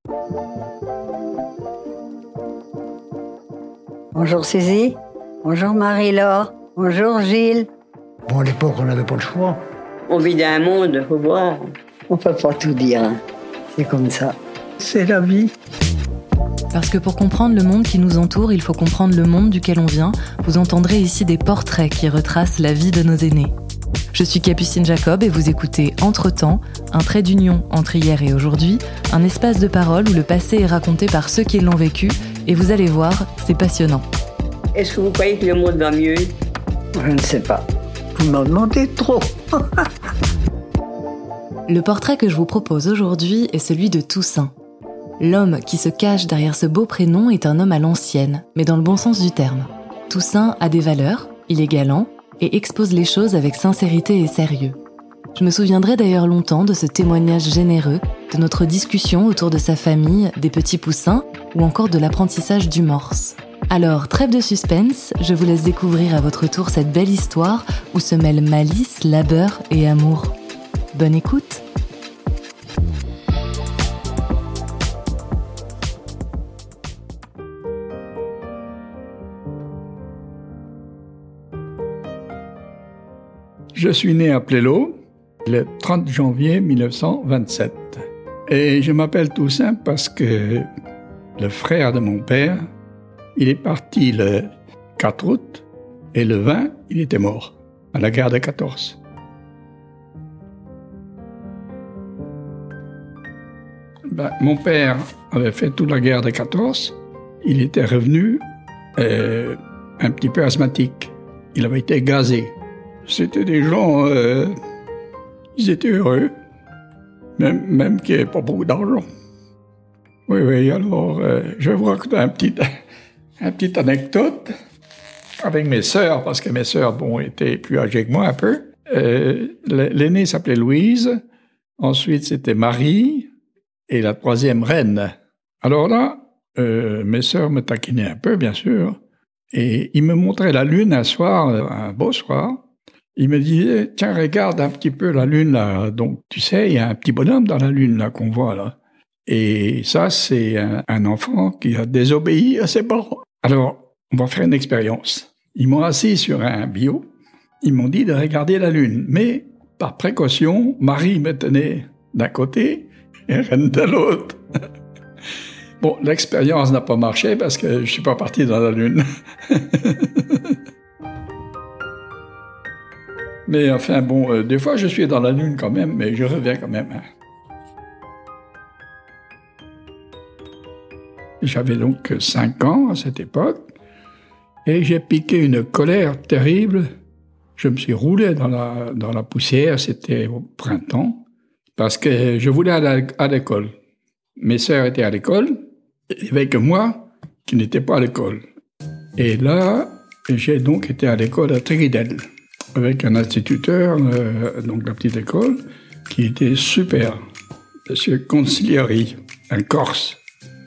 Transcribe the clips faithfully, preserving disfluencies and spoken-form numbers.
Bonjour Suzy, bonjour Marie-Laure, bonjour Gilles. Bon, à l'époque, on n'avait pas le choix. On vit dans un monde, faut voir. On peut pas tout dire, hein. C'est comme ça. C'est la vie. Parce que pour comprendre le monde qui nous entoure, il faut comprendre le monde duquel on vient. Vous entendrez ici des portraits qui retracent la vie de nos aînés. Je suis Capucine Jacob et vous écoutez Entre-temps, un trait d'union entre hier et aujourd'hui, un espace de parole où le passé est raconté par ceux qui l'ont vécu, et vous allez voir, c'est passionnant. Est-ce que vous croyez que le monde va mieux? Je ne sais pas. Vous m'en demandez trop. Le portrait que je vous propose aujourd'hui est celui de Toussaint. L'homme qui se cache derrière ce beau prénom est un homme à l'ancienne, mais dans le bon sens du terme. Toussaint a des valeurs, il est galant et expose les choses avec sincérité et sérieux. Je me souviendrai d'ailleurs longtemps de ce témoignage généreux, de notre discussion autour de sa famille, des petits poussins ou encore de l'apprentissage du morse. Alors, trêve de suspense, je vous laisse découvrir à votre tour cette belle histoire où se mêlent malice, labeur et amour. Bonne écoute! Je suis né à Plélo le trente janvier mille neuf cent vingt-sept. Et je m'appelle Toussaint parce que le frère de mon père, il est parti le quatre août et le vingt, il était mort à la guerre de quatorze. Ben, mon père avait fait toute la guerre de quatorze. Il était revenu euh, un petit peu asthmatique. Il avait été gazé. C'était des gens, euh, ils étaient heureux, même, même qu'il n'y avait pas beaucoup d'argent. Oui, oui, alors, euh, je vais vous raconter un petit, un petite anecdote avec mes sœurs, parce que mes sœurs, bon, étaient plus âgées que moi un peu. Euh, l'aînée s'appelait Louise, ensuite c'était Marie, et la troisième Reine. Alors là, euh, mes sœurs me taquinaient un peu, bien sûr, et ils me montraient la lune un soir, un beau soir. Il me disait, tiens, regarde un petit peu la lune, là. Donc, tu sais, il y a un petit bonhomme dans la lune, là, qu'on voit, là. Et ça, c'est un, un enfant qui a désobéi à ses parents. Alors, on va faire une expérience. Ils m'ont assis sur un bio. Ils m'ont dit de regarder la lune. Mais, par précaution, Marie me tenait d'un côté et Reine de l'autre. Bon, l'expérience n'a pas marché parce que je suis pas parti dans la lune. Mais enfin, bon, euh, des fois, je suis dans la lune quand même, mais je reviens quand même. Hein. J'avais donc cinq ans à cette époque, et j'ai piqué une colère terrible. Je me suis roulé dans la, dans la poussière, c'était au printemps, parce que je voulais aller à l'école. Mes sœurs étaient à l'école, il n'y avait que moi qui n'étais pas à l'école. Et là, j'ai donc été à l'école à Tréguidel, avec un instituteur, euh, donc la petite école, qui était super. Monsieur Conciliari, un Corse.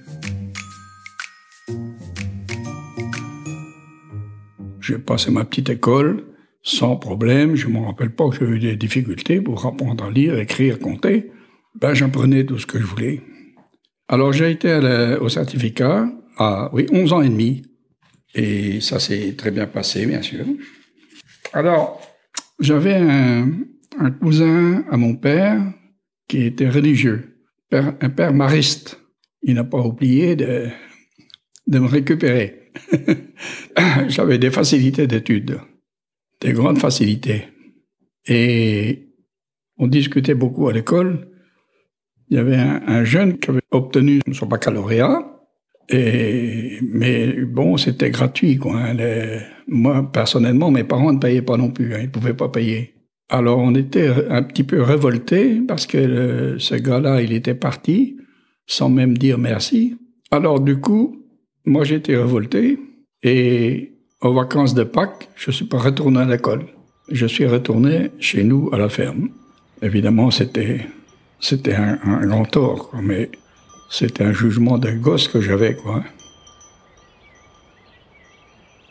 J'ai passé ma petite école sans problème. Je ne me rappelle pas que j'ai eu des difficultés pour apprendre à lire, écrire, compter. Ben, j'apprenais tout ce que je voulais. Alors, j'ai été à la, au certificat à, oui, onze ans et demi. Et ça s'est très bien passé, bien sûr. Alors, j'avais un, un cousin à mon père qui était religieux, père, un père mariste. Il n'a pas oublié de, de me récupérer. J'avais des facilités d'études, des grandes facilités. Et on discutait beaucoup à l'école. Il y avait un, un jeune qui avait obtenu son baccalauréat. Et, mais bon, c'était gratuit, quoi. Hein. Les, moi, personnellement, mes parents ne payaient pas non plus. Hein, ils ne pouvaient pas payer. Alors, on était un petit peu révoltés parce que le, ce gars-là, il était parti sans même dire merci. Alors, du coup, moi, j'étais révolté. Et aux vacances de Pâques, je ne suis pas retourné à l'école. Je suis retourné chez nous à la ferme. Évidemment, c'était, c'était un, un grand tort, quoi, mais c'était un jugement de gosse que j'avais, quoi.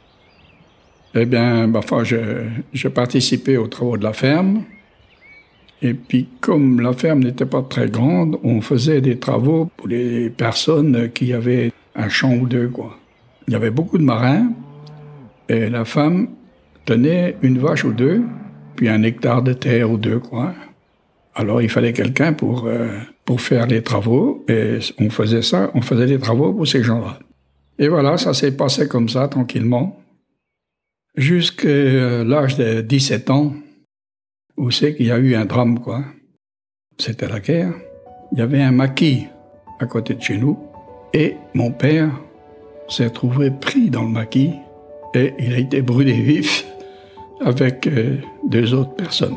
Eh bien, bah, enfin, je, je participais aux travaux de la ferme. Et puis, comme la ferme n'était pas très grande, on faisait des travaux pour les personnes qui avaient un champ ou deux, quoi. Il y avait beaucoup de marins, et la femme tenait une vache ou deux, puis un hectare de terre ou deux, quoi. Alors, il fallait quelqu'un pour, euh, pour faire les travaux, et on faisait ça, on faisait des travaux pour ces gens-là. Et voilà, ça s'est passé comme ça, tranquillement, jusqu'à l'âge de dix-sept ans, où c'est qu'il y a eu un drame, quoi. C'était la guerre. Il y avait un maquis à côté de chez nous, et mon père s'est retrouvé pris dans le maquis, et il a été brûlé vif avec euh, deux autres personnes.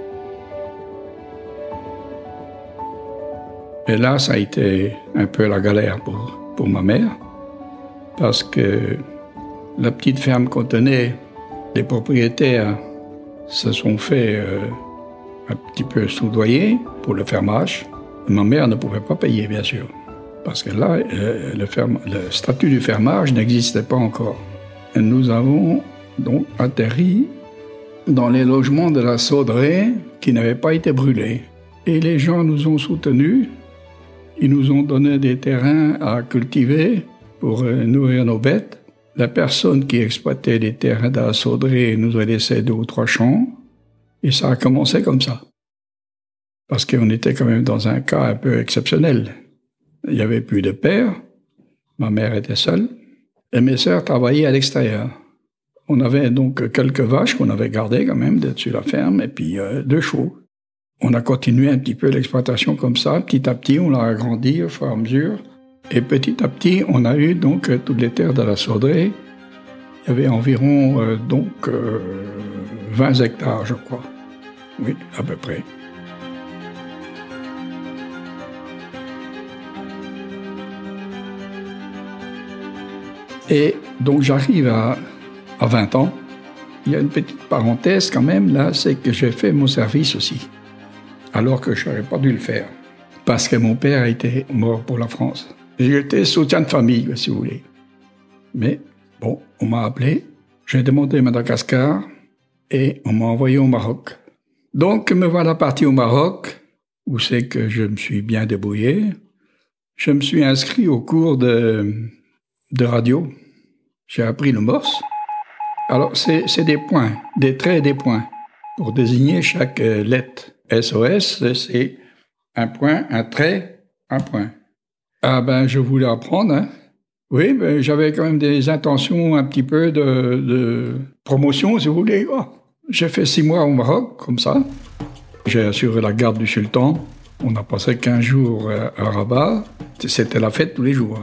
Et là, ça a été un peu la galère pour, pour ma mère, parce que la petite ferme qu'on tenait, les propriétaires se sont fait euh, un petit peu soudoyer pour le fermage. Ma mère ne pouvait pas payer, bien sûr, parce que là, euh, le, ferme, le statut du fermage n'existait pas encore. Et nous avons donc atterri dans les logements de la Saudrée qui n'avaient pas été brûlés. Et les gens nous ont soutenus. Ils nous ont donné des terrains à cultiver pour euh, nourrir nos bêtes. La personne qui exploitait les terrains de la Saudrée nous a laissé deux ou trois champs. Et ça a commencé comme ça. Parce qu'on était quand même dans un cas un peu exceptionnel. Il n'y avait plus de père. Ma mère était seule. Et mes sœurs travaillaient à l'extérieur. On avait donc quelques vaches qu'on avait gardées quand même dessus la ferme, et puis euh, deux chevaux. On a continué un petit peu l'exploitation comme ça. Petit à petit, on l'a agrandi au fur et à mesure. Et petit à petit, on a eu donc euh, toutes les terres de la Saudrée. Il y avait environ euh, donc euh, vingt hectares, je crois. Oui, à peu près. Et donc j'arrive à, à vingt ans. Il y a une petite parenthèse quand même là, c'est que j'ai fait mon service aussi. Alors que je n'aurais pas dû le faire. Parce que mon père a été mort pour la France. J'étais soutien de famille, si vous voulez. Mais, bon, on m'a appelé, j'ai demandé Madagascar, et on m'a envoyé au Maroc. Donc, me voilà parti au Maroc, où c'est que je me suis bien débrouillé. Je me suis inscrit au cours de, de radio. J'ai appris le morse. Alors, c'est, c'est des points, des traits et des points, pour désigner chaque euh, lettre. S O S, c'est un point, un trait, un point. Ah ben, je voulais apprendre, hein. Oui, ben, j'avais quand même des intentions un petit peu de, de promotion, si vous voulez. Oh. J'ai fait six mois au Maroc, comme ça. J'ai assuré la garde du sultan. On a passé quinze jours à Rabat. C'était la fête tous les jours.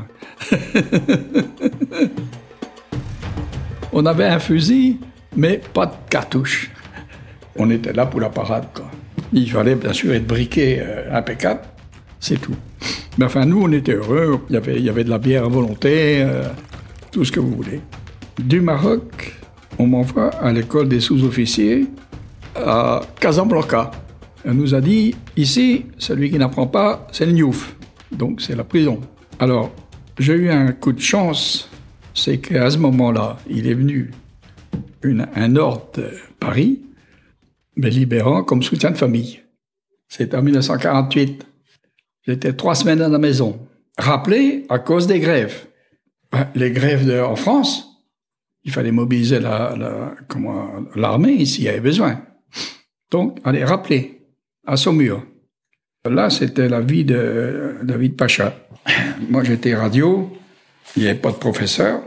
On avait un fusil, mais pas de cartouche. On était là pour la parade, quoi. Il fallait bien sûr être briqué euh, impeccable, c'est tout. Mais enfin, nous, on était heureux. Il y avait, il y avait de la bière à volonté, euh, tout ce que vous voulez. Du Maroc, on m'envoie à l'école des sous-officiers à Casablanca. On nous a dit, ici, celui qui n'apprend pas, c'est le Niouf. Donc, c'est la prison. Alors, j'ai eu un coup de chance, c'est qu'à ce moment-là, il est venu une, un ordre de Paris, me libérant comme soutien de famille. C'était en dix-neuf cent quarante-huit. J'étais trois semaines à la maison. Rappelé à cause des grèves. Ben, les grèves de, en France, il fallait mobiliser la, la, comment, l'armée s'il y avait besoin. Donc, allez, rappelé à Saumur. Là, c'était la vie de David Pacha. Moi, j'étais radio. Il n'y avait pas de professeur.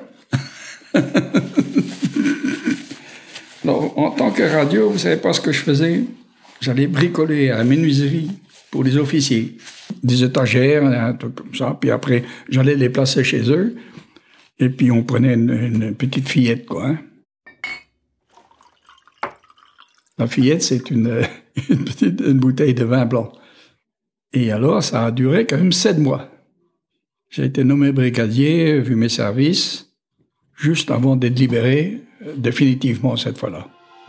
Alors, en tant que radio, vous savez pas ce que je faisais? J'allais bricoler à la menuiserie pour les officiers. Des étagères, un truc comme ça. Puis après, j'allais les placer chez eux. Et puis, on prenait une, une petite fillette, quoi. Hein. La fillette, c'est une, une petite une bouteille de vin blanc. Et alors, ça a duré quand même sept mois. J'ai été nommé brigadier, vu mes services, juste avant d'être libéré, définitivement cette fois-là.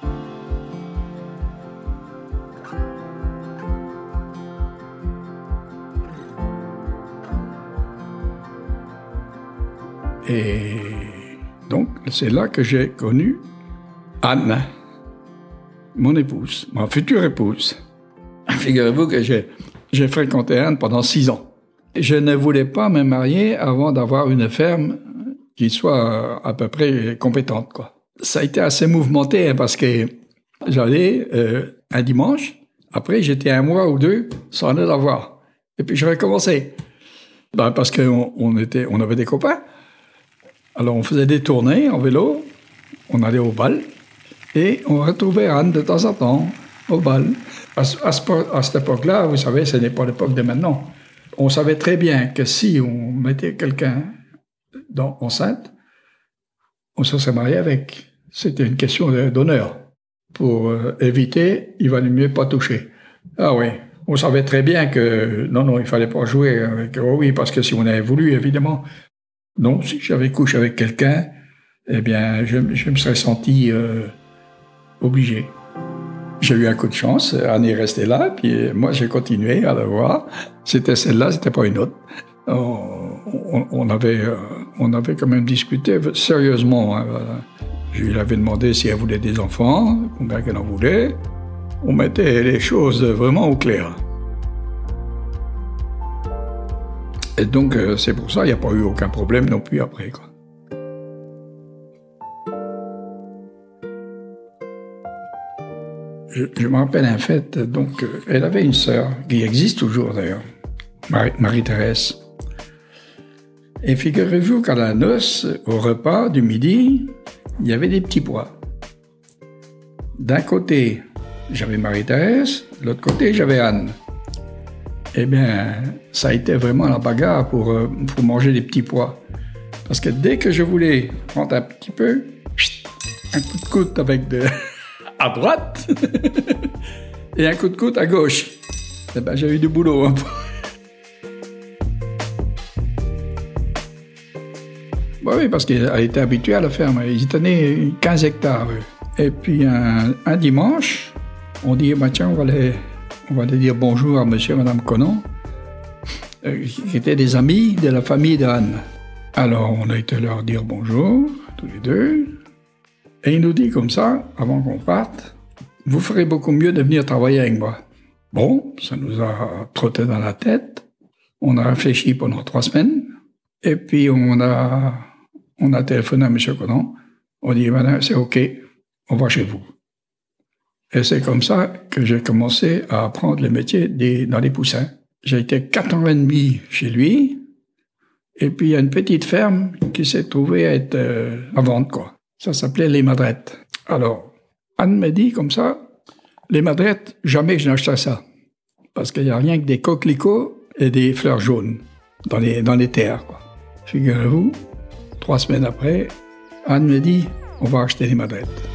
Et donc, c'est là que j'ai connu Anne, mon épouse, ma future épouse. Figurez-vous que j'ai, j'ai fréquenté Anne pendant six ans. Je ne voulais pas me marier avant d'avoir une ferme qui soit à peu près compétente, quoi. Ça a été assez mouvementé, hein, parce que j'allais euh, un dimanche, après j'étais un mois ou deux sans aller la voir. Et puis je recommençais. Ben, parce qu'on on était, on avait des copains. Alors on faisait des tournées en vélo, on allait au bal, et on retrouvait Anne de temps en temps au bal. À, à, à cette époque-là, vous savez, ce n'est pas l'époque de maintenant. On savait très bien que si on mettait quelqu'un dans, enceinte, on se serait marié avec. C'était une question de, d'honneur. Pour euh, éviter, il valait mieux pas toucher. Ah oui, on savait très bien que non, non, il fallait pas jouer avec. Oh oui, parce que si on avait voulu, évidemment. Non, si j'avais couché avec quelqu'un, eh bien, je, je me serais senti euh, obligé. J'ai eu un coup de chance, Anne est restée là, puis moi j'ai continué à la voir. C'était celle-là, c'était pas une autre. On, on, on avait, on avait quand même discuté sérieusement. Hein. Je lui avais demandé si elle voulait des enfants, combien qu'elle en voulait. On mettait les choses vraiment au clair. Et donc c'est pour ça qu'il n'y a pas eu aucun problème non plus après, quoi. Je, je me rappelle un fait, donc, euh, elle avait une sœur, qui existe toujours d'ailleurs, Marie, Marie-Thérèse. Et figurez-vous qu'à la noce, au repas du midi, il y avait des petits pois. D'un côté, j'avais Marie-Thérèse, de l'autre côté, j'avais Anne. Eh bien, ça a été vraiment la bagarre pour, euh, pour manger des petits pois. Parce que dès que je voulais prendre un petit peu, un coup de coude avec de... à droite et un coup de coude à gauche. Eh ben, j'ai eu du boulot. Hein. Bah oui, parce qu'elle était habituée à la ferme. Ils tenaient quinze hectares. Et puis un, un dimanche, on dit bah, tiens, on va, aller, on va aller dire bonjour à monsieur et madame Conan, euh, qui étaient des amis de la famille d'Anne. Alors on a été leur dire bonjour, tous les deux. Et il nous dit comme ça, avant qu'on parte, « Vous ferez beaucoup mieux de venir travailler avec moi. » Bon, ça nous a trotté dans la tête. On a réfléchi pendant trois semaines. Et puis, on a, on a téléphoné à M. Conan. On dit, « c'est OK, on va chez vous. » Et c'est comme ça que j'ai commencé à apprendre le métier des, dans les poussins. J'ai été quatre ans et demi chez lui. Et puis, il y a une petite ferme qui s'est trouvée à être euh, à vendre, quoi. Ça s'appelait les Madrettes. Alors, Anne m'a dit comme ça, les Madrettes, jamais je n'achetais ça. Parce qu'il n'y a rien que des coquelicots et des fleurs jaunes dans les, dans les terres, quoi. Figurez-vous, trois semaines après, Anne me dit, on va acheter les Madrettes.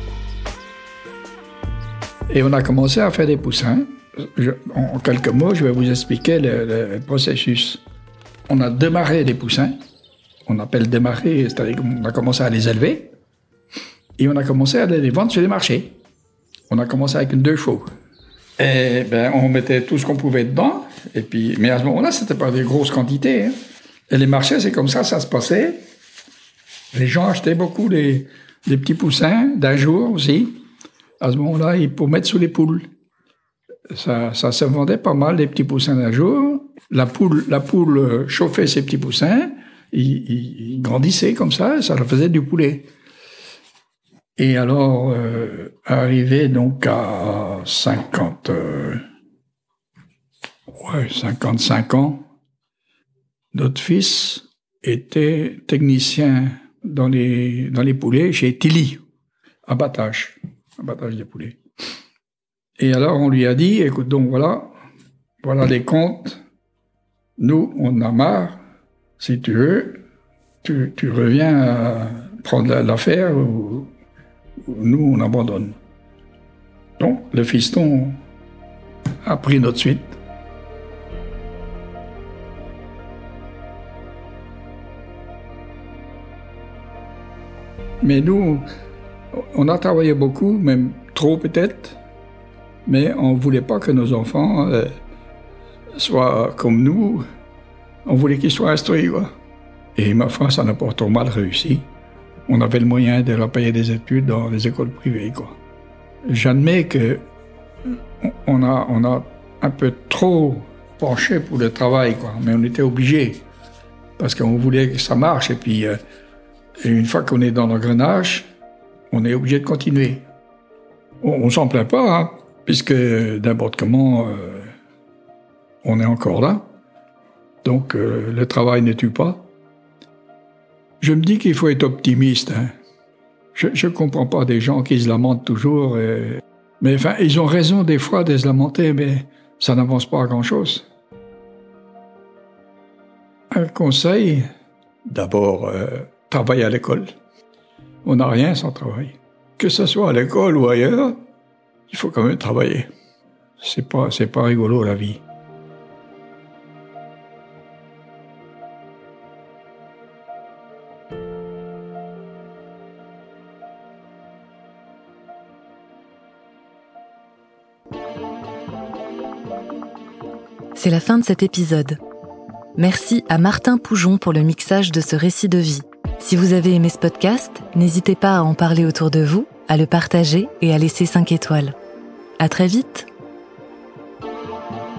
Et on a commencé à faire des poussins. Je, en quelques mots, je vais vous expliquer le, le, le processus. On a démarré les poussins. On appelle démarrer, c'est-à-dire qu'on a commencé à les élever. Et on a commencé à les vendre sur les marchés. On a commencé avec une deux chevaux. Et ben, on mettait tout ce qu'on pouvait dedans. Et puis, mais à ce moment-là, c'était pas des grosses quantités. Hein. Et les marchés, c'est comme ça, ça se passait. Les gens achetaient beaucoup des, des petits poussins d'un jour aussi. À ce moment-là, pour mettre sous les poules. Ça, ça se vendait pas mal, les petits poussins d'un jour. La poule, la poule chauffait ses petits poussins. Ils, ils, ils grandissaient comme ça, ça leur faisait du poulet. Et alors, euh, arrivé donc à cinquante, euh, ouais, cinquante-cinq ans, notre fils était technicien dans les, dans les poulets chez Tilly, abattage, abattage des poulets. Et alors, on lui a dit, écoute, donc voilà, voilà les comptes, nous, on a marre, si tu veux, tu, tu reviens à prendre l'affaire ou nous, on abandonne. Donc, le fiston a pris notre suite. Mais nous, on a travaillé beaucoup, même trop peut-être, mais on ne voulait pas que nos enfants euh, soient comme nous. On voulait qu'ils soient instruits, quoi. Et ma foi, ça n'a pas trop mal réussi. On avait le moyen de leur payer des études dans les écoles privées, quoi. J'admets que on a, on a un peu trop penchés pour le travail, quoi. Mais on était obligés, parce qu'on voulait que ça marche. Et puis, euh, et une fois qu'on est dans l'engrenage, on est obligé de continuer. On, on s'en plaint pas, hein, puisque n'importe comment, euh, on est encore là. Donc, euh, le travail ne tue pas. Je me dis qu'il faut être optimiste. Hein. Je ne comprends pas des gens qui se lamentent toujours. Et... Mais enfin, ils ont raison des fois de se lamenter, mais ça n'avance pas à grand-chose. Un conseil, d'abord, euh, travailler à l'école. On n'a rien sans travail. Que ce soit à l'école ou ailleurs, il faut quand même travailler. C'est pas, c'est pas rigolo, la vie. C'est la fin de cet épisode. Merci à Martin Poujon pour le mixage de ce récit de vie. Si vous avez aimé ce podcast, n'hésitez pas à en parler autour de vous, à le partager et à laisser cinq étoiles. À très vite!